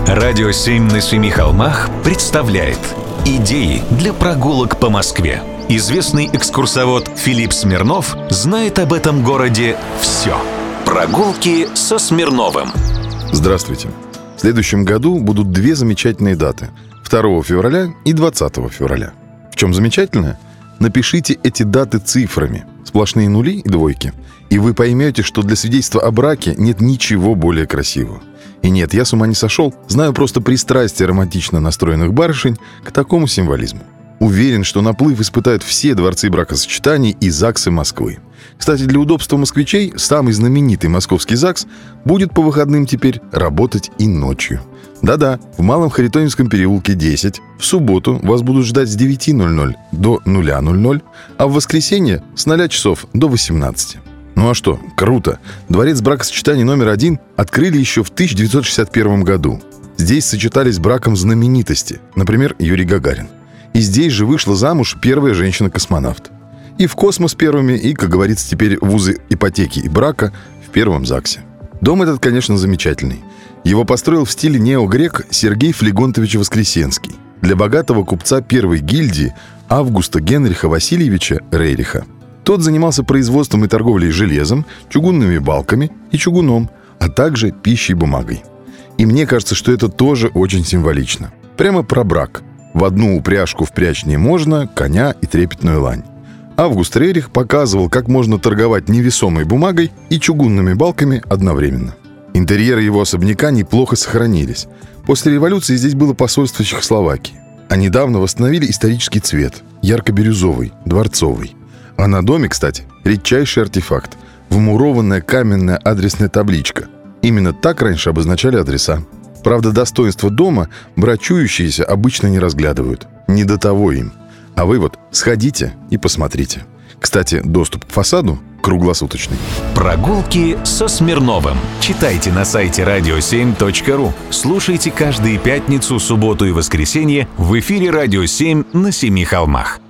Радио 7 на семи холмах представляет идеи для прогулок по Москве. Известный экскурсовод Филипп Смирнов знает об этом городе все. Прогулки со Смирновым. Здравствуйте. В следующем году будут две замечательные даты. 2 февраля и 20 февраля. В чем замечательное? Напишите эти даты цифрами. Сплошные нули и двойки. И вы поймете, что для свидетельства о браке нет ничего более красивого. И нет, я с ума не сошел. Знаю просто пристрастие романтично настроенных барышень к такому символизму. Уверен, что наплыв испытают все дворцы бракосочетаний и ЗАГСы Москвы. Кстати, для удобства москвичей самый знаменитый московский ЗАГС будет по выходным теперь работать и ночью. Да-да, в Малом Харитоневском переулке 10 в субботу вас будут ждать с 9:00 до 00:00, а в воскресенье с 0 часов до 18. Ну а что, круто! Дворец бракосочетаний номер 1 открыли еще в 1961 году. Здесь сочетались браком знаменитости, например, Юрий Гагарин. И здесь же вышла замуж первая женщина-космонавт. И в космос первыми, и, как говорится теперь, вузы ипотеки и брака в первом ЗАГСе. Дом этот, конечно, замечательный. Его построил в стиле неогрек Сергей Флегонтович Воскресенский для богатого купца первой гильдии Августа Генриха Васильевича Рейриха. Тот занимался производством и торговлей железом, чугунными балками и чугуном, а также пищей и бумагой. И мне кажется, что это тоже очень символично. Прямо про брак. В одну упряжку впрячь не можно коня и трепетную лань. Август Рейрих показывал, как можно торговать невесомой бумагой и чугунными балками одновременно. Интерьеры его особняка неплохо сохранились. После революции здесь было посольство Чехословакии. А недавно восстановили исторический цвет – ярко-бирюзовый, дворцовый. А на доме, кстати, редчайший артефакт – вмурованная каменная адресная табличка. Именно так раньше обозначали адреса. Правда, достоинства дома брачующиеся обычно не разглядывают. Не до того им. А вы вот сходите и посмотрите. Кстати, доступ к фасаду круглосуточный. Прогулки со Смирновым. Читайте на сайте radio7.ru. Слушайте каждые пятницу, субботу и воскресенье в эфире «Радио 7» на Семи холмах.